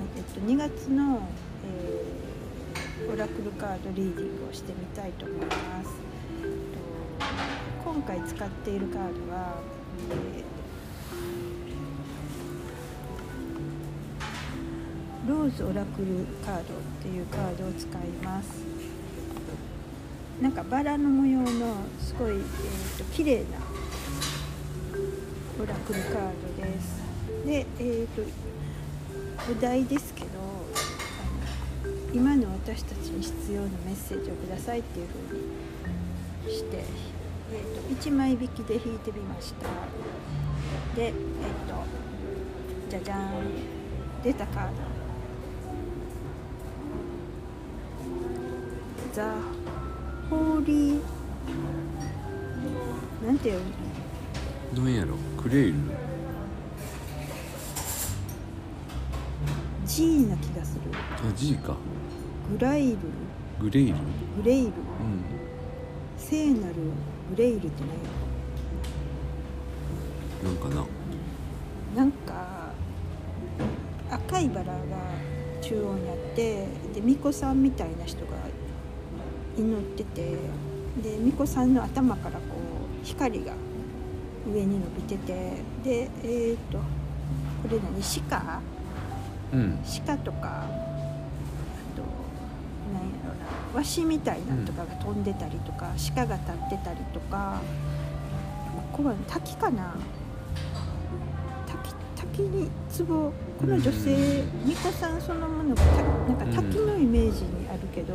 2月の、オラクルカードリーディングをしてみたいと思います。今回使っているカードは、ローズオラクルカードっていうカードを使います。なんかバラの模様のすごい、綺麗なオラクルカードです。で、お題ですけど、今の私たちに必要なメッセージをくださいっていう風にして、1枚引きで引いてみました。で、じゃじゃーん、出たカード、ザ・ホーリー、なんていうの、 なんやろ、クレイル、 G な気がする。 あ、G か。 グライル、 グレイル、 グレイル、 うん、 聖なるグレイルってなんかな、 なんか赤いバラが中央にあって、で巫女さんみたいな人が祈ってて、で巫女さんの頭からこう光が上に伸びてて、でこれ何、鹿、 うん、 鹿とか、あと何やろな、ワシみたいなのとかが飛んでたりとか、鹿が立ってたりとか、ここは滝かな、滝に壺、この女性巫女さんそのものがなんか滝のイメージにあるけど、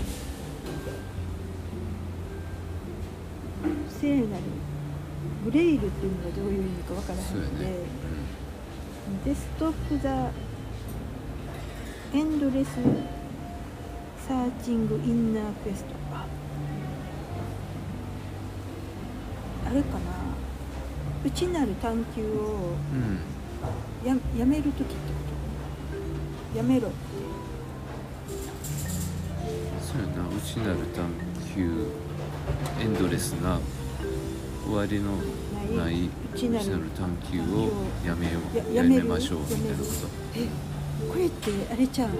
聖なるグレイルっていうのがどういう意味かわからないので、でストップ・ザ・エンドレス・サーチング・インナークエスト、あれかな、内なる探求をやめるときってこと、やめろって、 そうやな、内なる探求、エンドレスな終わりのない内なる探求をやめましょうみたいなこと。 これってあれちゃう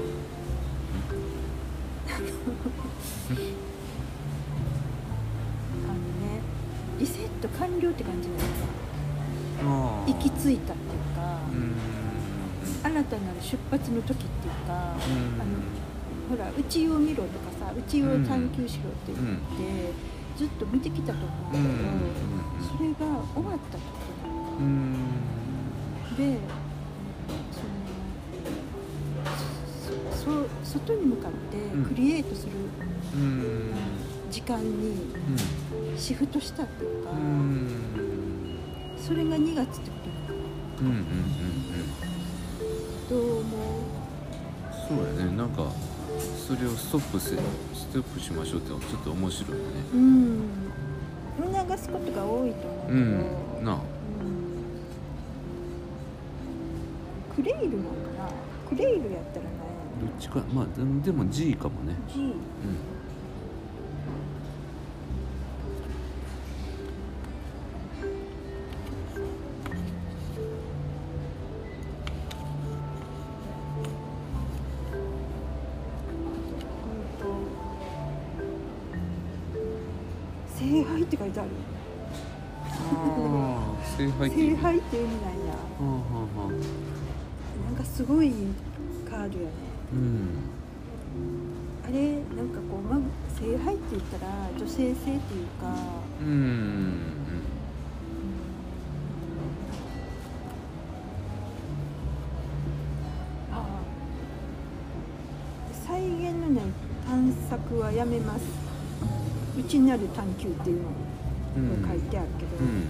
リセット完了って感じなんですか。行き着いたっていうか、新たなる出発の時っていうか、ほら内を見ろとかさ、内を探求しろって言って、ずっと見てきたと思うんだけど、それが終わった時で、外に向かってクリエイトする時間にシフトしたっていうか、それが2月ってことなのかな。どう思う？ そうやね、なんかそれをストップしましょうってちょっと面白いよね。 促すことが多いと思うけど、 なあ、 クレイルなのかな。クレイルやったら何やどっちか、まあでも G かもね。 G、聖杯って書いてある。 聖杯って聖杯って意味なんや。なんかすごいカードやね。あれなんかこう、聖杯って言ったら女性性っていうか、際限のない探索はやめます。内なる探求っていうのが書いてあるけど、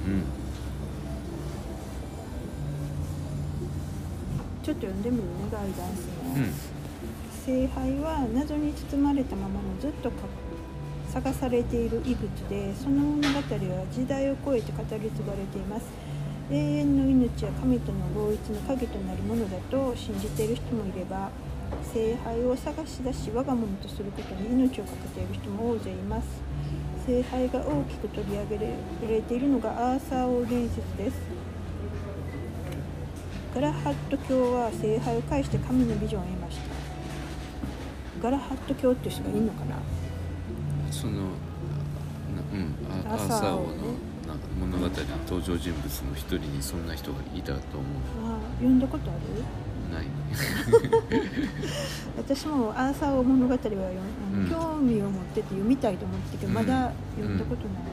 ちょっと読んでみるね、ガイダンスね。聖杯は謎に包まれたままのずっと探されている遺物で、その物語は時代を超えて語り継がれています。永遠の命は神との合一の鍵となるものだと信じている人もいれば、聖杯を探し出し我が物とすることに命を懸けている人も大勢います。聖杯が大きく取り上げられているのがアーサー王伝説です。 ガラハット教は聖杯を介して神のビジョンを得ました。ガラハット教っていう人がいるのかな。 そのアーサー王のなんか物語の登場人物の一人にそんな人がいたと思う。 読んだことある？ ない私もアーサー王物語は興味を持ってて読みたいと思ってけど、まだ読んだことない、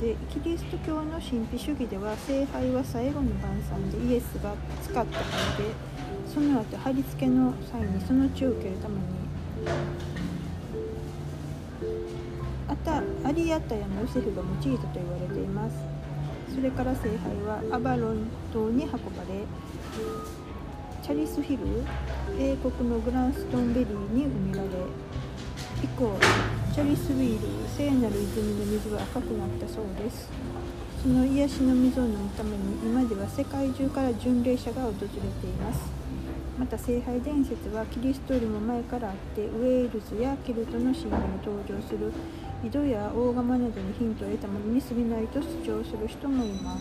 でキリスト教の神秘主義では聖杯は最後の晩餐でイエスが使った杯で、その後貼り付けの際にその血を受けるためにアリアタヤのヨセフが用いたと言われています。それから聖杯はアバロン島に運ばれ、チャリスヒル、英国のグランストンベリーに埋められ、以降チャリスウィール、聖なる泉の水は赤くなったそうです。その癒しの水を飲むために今では世界中から巡礼者が訪れています。また聖杯伝説はキリストよりも前からあって、ウェールズやケルトの神話に登場する井戸や大釜などにヒントを得たものに過ぎないと主張する人もいます。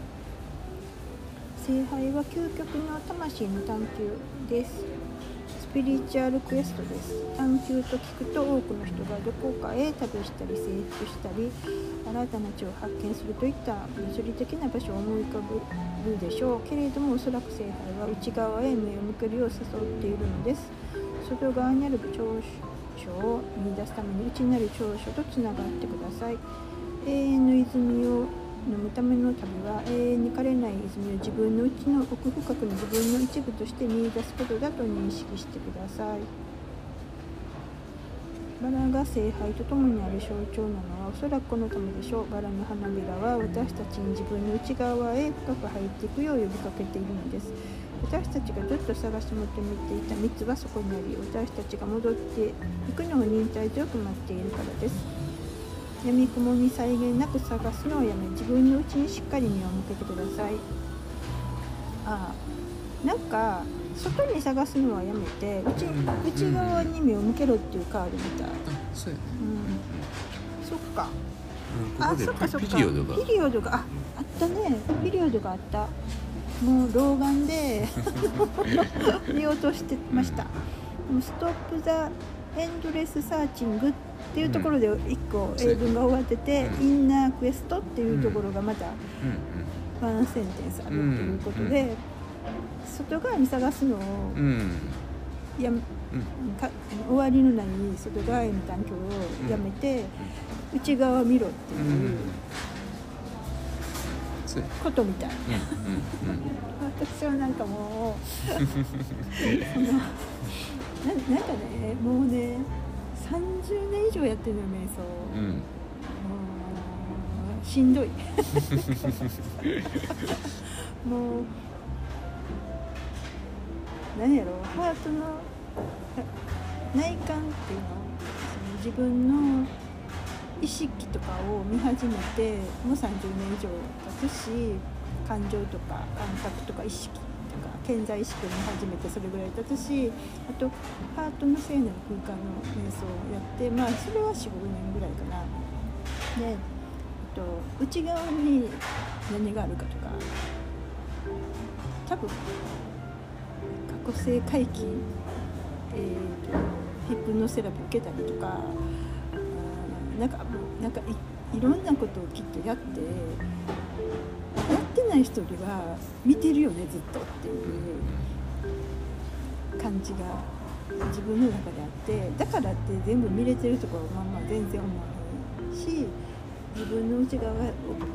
聖杯は究極の魂の探求です。スピリチュアルクエストです。探求と聞くと多くの人がどこかへ旅したり征服したり新たな地を発見するといった物理的な場所を思い浮かぶでしょうけれども、おそらく聖杯は内側へ目を向けるよう誘っているのです。外側にある長所を見出すために内なる長所とつながってください。永遠の泉を飲むための旅は永遠に枯れない泉を自分の内の奥深くに自分の一部として見出すことだと認識してください。バラが聖杯とともにある象徴なのはおそらくこのためでしょう。バラの花びらは私たちに自分の内側へ深く入っていくよう呼びかけているのです。私たちがずっと探し求めていた蜜はそこにあり、私たちが戻っていくのを忍耐強く待っているからです。闇雲に際限なく探すのをやめ、自分の内にしっかり目を向けてください。なんか外に探すのはやめて内側に目を向けろっていうカードみたい。 そうやね。 そっか。 ここでピリオドがあったね。ピリオドがあった。もう老眼で見落としてました。ストップ・ザ・エンドレス・サーチングっていうところで1個英文が終わってて、インナークエストっていうところがまたワンセンテンスあるっていうことで、外側に探すのを終わりのない外側への探求をやめて、内側を見ろっていうことみたい。私はなんかもうなんかね、もうね30年以上やってるのよ瞑想、しんどいもう何やろ、ハートの内観っていうの、自分の意識とかを見始めてもう30年以上経つし、感情とか感覚とか意識とか顕在意識を見始めてそれぐらい経つし、あとハートの聖なる空間の瞑想をやって、それは 4,5 年ぐらいかな。で、内側に何があるかとか、多分過去性回帰、ヒプノセラピー受けたりとか、なんかいろんなことをきっとやってない人よりは見てるよねずっとっていう感じが自分の中であって、だからって全部見れてるところは全然思わないし、自分の内側を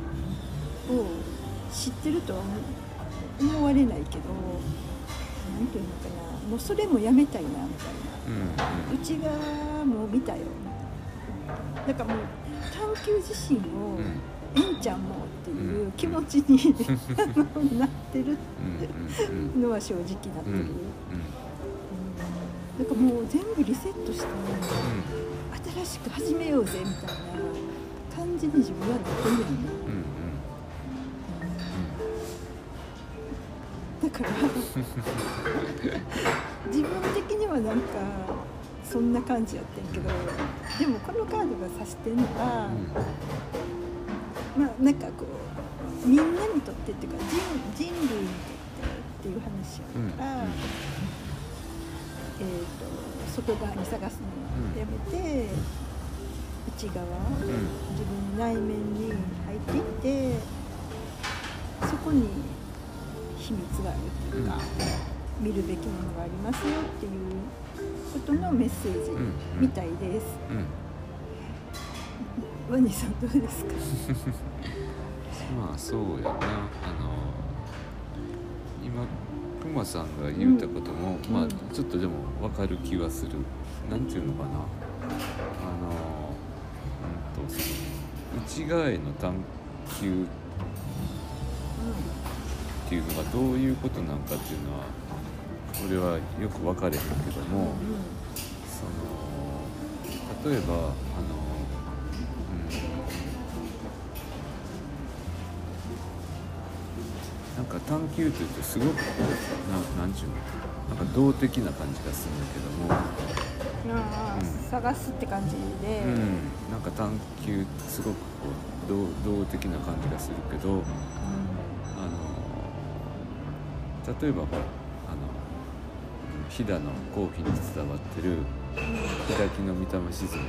知ってるとは思われないけど、なんていうのかな、もうそれもやめたいなみたいな、内側も見たよ、だからもう探求自身をえんちゃんもっていう気持ちになってるのは正直なってる。だからもう全部リセットして、新しく始めようぜみたいな感じに自分はなってるよね。だから自分的にはなんかそんな感じやってんけど、でもこのカードが指してんのは、なんかこうみんなにとってっていうか人類にとってっていう話やから、外側に探すのをやめて、内側、自分の内面に入っていってそこに秘密があるっていうか、見るべきものがありますよっていうことのメッセージみたいです。ワニさんどうですか？ まあそうやな、今クマさんが言ったことも、まあちょっとでも分かる気がする。なんていうのかな、その内側への探求っていうのがどういうことなのかっていうのは俺はよく分かれへんけども、その例えばなんか探求というとすごくなんちゅうの、なんか動的な感じがするんだけども、 探すって感じで、 なんか探求すごくこう動的な感じがするけど、例えばほら飛騨の後期に伝わってる飛騨の御霊沈めって、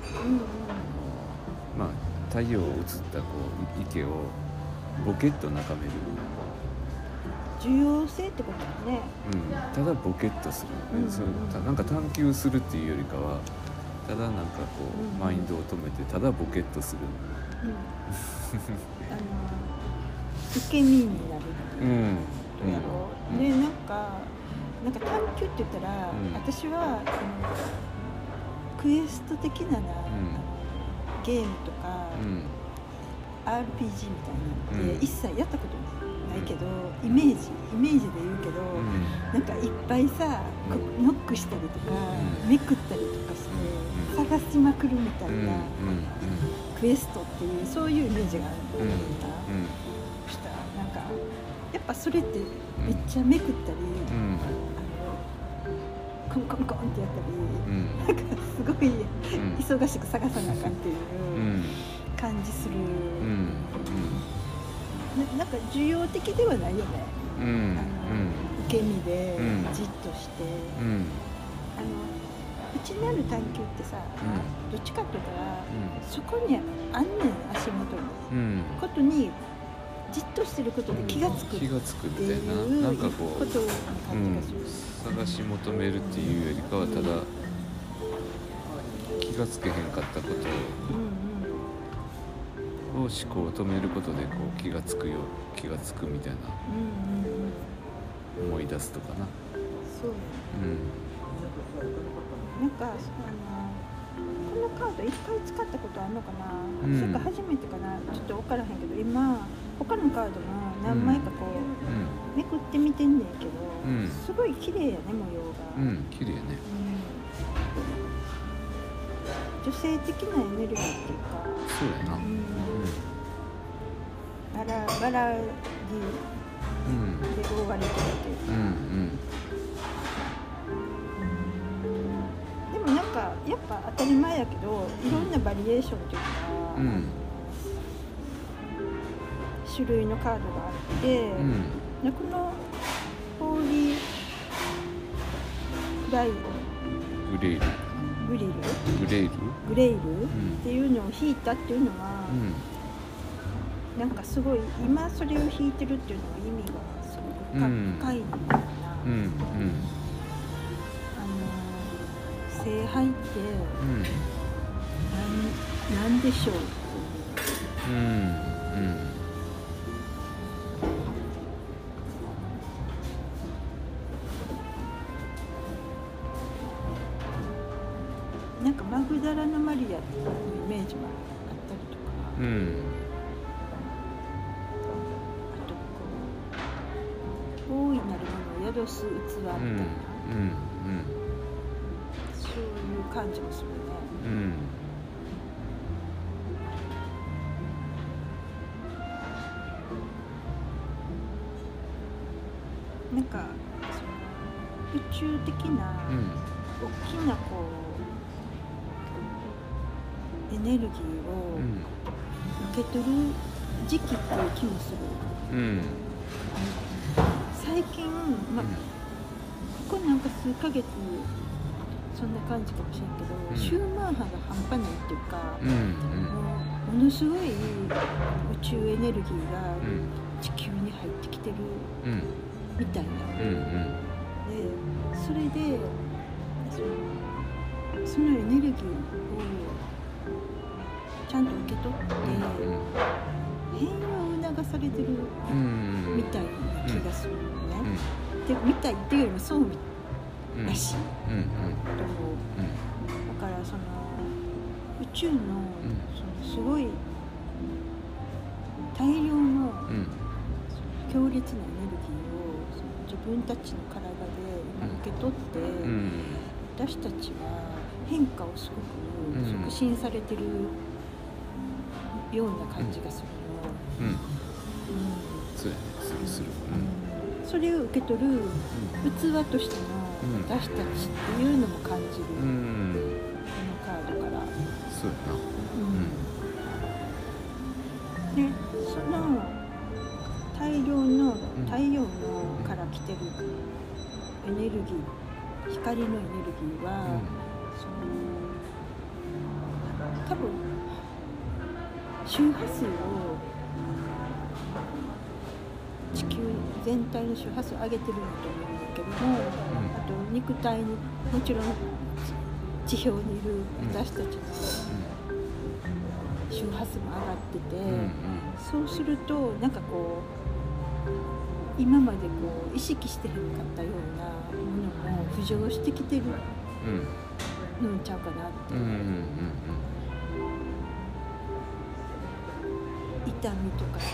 まあ太陽を映ったこう池をボケッと眺める、 重要性ってことだね。 ただボケッとする、なんか探求するっていうよりかはただなんかこう、マインドを止めてただボケッとする、 受け身になるっていうことやろう、でなんか探求って言ったら、私はクエスト的なゲームとか、RPG みたいなのって一切やったことないけど、イメージで言うけど、なんかいっぱいさ、ノックしたりとか、めくったりとかして、探しまくるみたいな、クエストっていうそういうイメージがあるんだよね。そしたらなんかやっぱそれってめっちゃめくったり、コンコンコンってやったり、なんかすごい忙しく探さなあかんっていう感じする。なんか需要的ではないよね。受け身でじっとして、内なる探求ってさ、どっちかって言ったら、そこにあんねん、足元に、ことにじっとしてることで気がつくっていうなんかこうことな感じがする。 探し求めるっていうよりかはただ気がつけへんかったことを思考を止めることでこう気がつくみたいな、思い出すとかな。 そう、なんかこのカード一回使ったことあるのかな、それか初めてかな、ちょっと分からへんけど、今他のカードも何枚かこう、めくってみてんねんけど、すごい綺麗やね、模様が。 綺麗ね。 女性的なエネルギーっていうか、 そうやな。 バラで覆われてるっていうか、でもなんかやっぱ当たり前やけど、いろんなバリエーションっていうか、種類のカードがあって、でこのホーリーグレイルっていうのを引いたっていうのは、なんかすごい今それを引いてるっていうのは意味がすごく深いのかな。聖杯って何でしょうっていう。なんかマグダラのマリアのイメージもあったりとか、あとこう大いなるものを宿す器みたいな、そういう感じもするね。なんかその宇宙的な大きなこうエネルギーを受け取る時期っていう気もする。最近、ここなんか数ヶ月そんな感じかもしれんけど、シューマン波が半端ないっていうか、ものすごい宇宙エネルギーが地球に入ってきてるみたいな。でそれでそのエネルギーをちゃんと受け取って変容を促されてるみたいな気がするのね。でみたいっていうよりもそうらしい。だからその宇宙のそのすごい大量の強烈なエネルギーをその自分たちの体で今受け取って、私たちは変化をすごく促進されてるような感じがするの。 そうやね、する。 それを受け取る器としての私たちっていうのも感じる、このカードから。 そうやな。 でその大量の太陽のから来てるエネルギー、光のエネルギーは、その多分周波数を地球全体の周波数を上げてるんだと思うんだけども、あと肉体にもちろん地表にいる私たちの周波数も上がってて、そうするとなんかこう今までこう意識してへんかったようなものも浮上してきてるのんちゃうかなって。痛みとか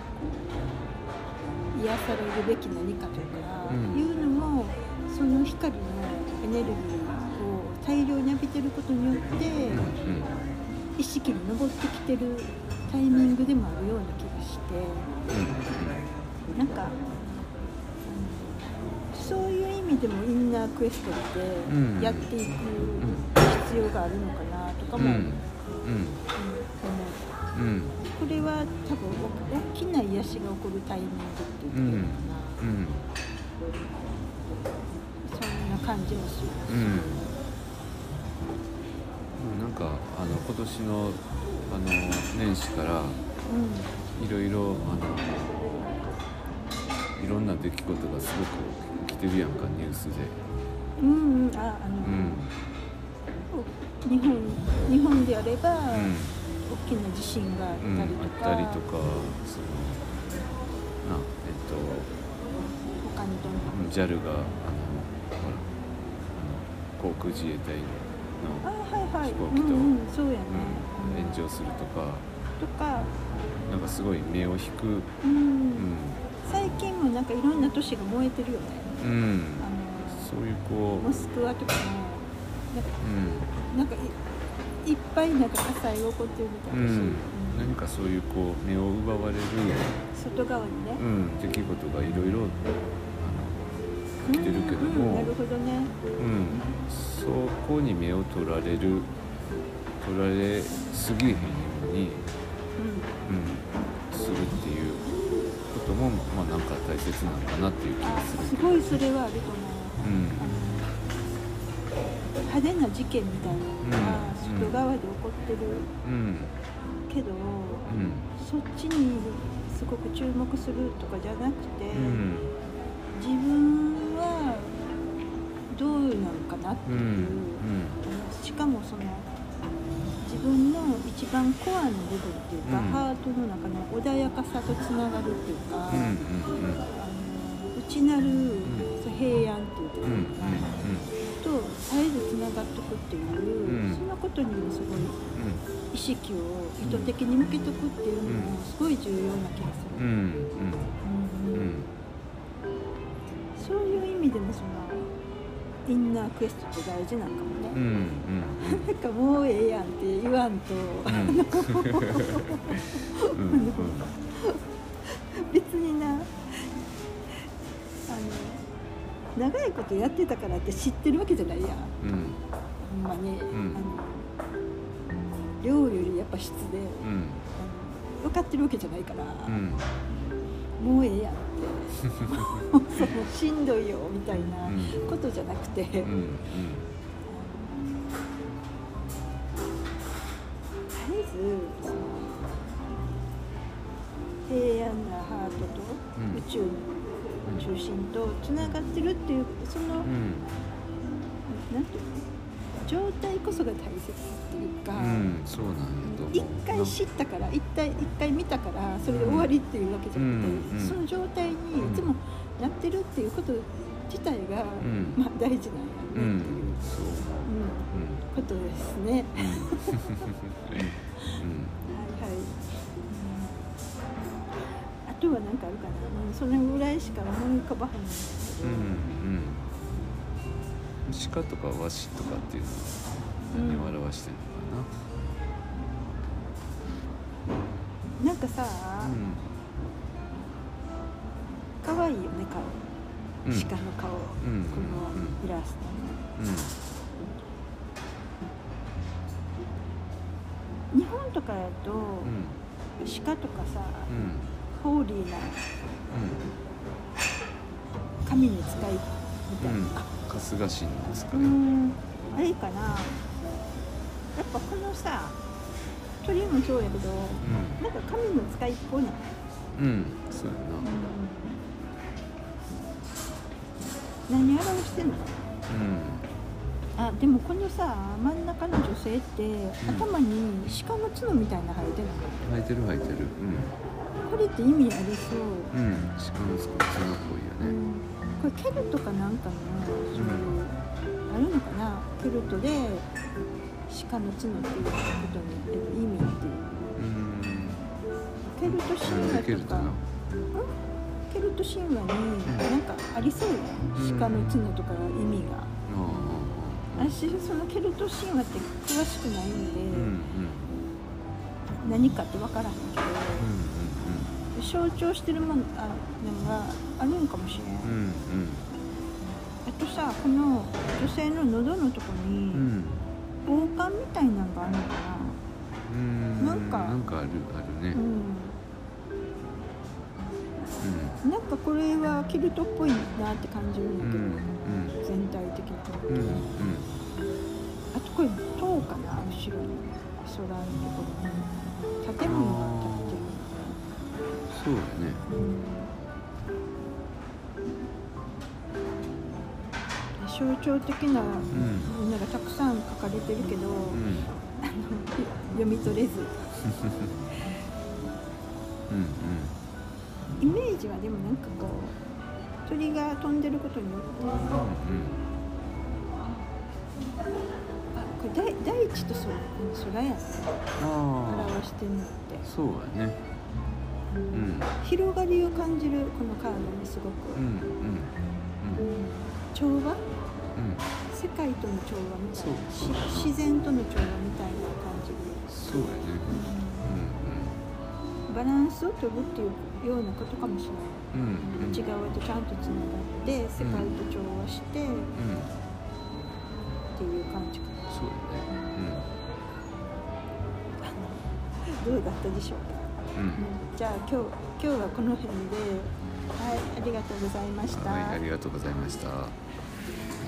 癒されるべき何かとかいうのも、その光のエネルギーを大量に浴びてることによって意識に上ってきてるタイミングでもあるような気がして、なんかそういう意味でもインナークエストってやっていく必要があるのかなとかも思う。これは多分大きな癒しが起こるタイミングって言ってるのかな、そんな感じもする。 なんか今年の年始からいろいろいろんな出来事がすごく起きてるやんか、ニュースで。 日本であれば、大きな地震があったりとか、他にどんな JAL が航空自衛隊の飛行機とそうやね、 炎上するとかなんかすごい目を引く。 最近もなんかいろんな都市が燃えてるよね。 そういうこうモスクワとかもなんかいっぱいなんか火災が起こってるみたいだし、 何かそういうこう目を奪われる外側にね、 出来事がいろいろ起きてるけども、 なるほどね。 そこに目を取られすぎへんように、するっていうこともなんか大切なのかなっていう気がする。 すごいそれはあると思う。派手な事件みたいなのが外側で起こってるけど、そっちにすごく注目するとかじゃなくて、自分はどうなのかなっていう、しかもその自分の一番コアの部分っていうか、ハートの中の穏やかさとつながるっていうか、内なる平安っていうか、と絶えずつながっていくっていう、そのことにもすごい意識を意図的に向けていくっていうのもすごい重要な気がする。そういう意味でもそのインナークエストって大事なのかもね。なんかもうええやんって言わんと、別にな長いことやってたからって知ってるわけじゃないやん。ほんまに、量よりやっぱ質で、 分かってるわけじゃないから、 うん、 もうええやんってそのしんどいよみたいなことじゃなくて、 うんうん、 絶えず平安なハートと宇宙の中心とつながってるっていうその、なんていうの状態こそが大切っていうか、 そうなんだと思う。 一回知ったから一回見たからそれで終わりっていうわけじゃなくて、その状態にいつもなってるっていうこと自体が、まあ、大事なんやねっていう、 そう、 ことですね。はいはい、あとは何かあるかな、それぐらいしか思い浮かばへんんですけど、 鹿とか和紙とかっていうのは何を表してるのかな、 なんかさ、可愛いよね顔、鹿の顔、このイラストの、日本とかやと、鹿とかさ、ホーリーな神の使いみたいな、 春日神ですかね。 あれかな、やっぱこのさ鳥もそうやけど、なんか神の使いっぽいな。 そうやな。 何表してんの？あ、でもこのさ真ん中の女性って、頭に鹿の角みたいなの生えてるの？ 生えてる。 これって意味ありそう。 鹿の角っぽいよね。 これケルトかなんかのそういう、あるのかな、ケルトで鹿の角っていうことに意味っていう。ケルト神話とか、ケルト神話になんかありそうやん、鹿の角とか意味が。私そのケルト神話って詳しくないんで、何かって分からへんけど、象徴してるものがあるんかもしれん。あとさ、この女性の喉のとこに王冠みたいなのがあるのかな。 なんかあるね。 なんかこれはケルトっぽいなって感じるんだけど、全体的に。あとこれ塔かな、後ろに空のところに建物が建ってる。 そうだね。 象徴的なものがたくさん書かれてるけど、読み取れず。イメージはでもなんかこう鳥が飛んでることによって、これ大地と空やね、表してるのって。 そうやね。 広がりを感じるこのカードにすごく。調和、世界との調和みたいな、自然との調和みたいな感じで。 そうやね。 バランスを取るっていうようなことかもしれない。内側とちゃんとつながって世界と調和して、っていう感じかな。 そうだね。 どうだったでしょうか。じゃあ今日はこの辺で、はい、ありがとうございました。 はい、ありがとうございました。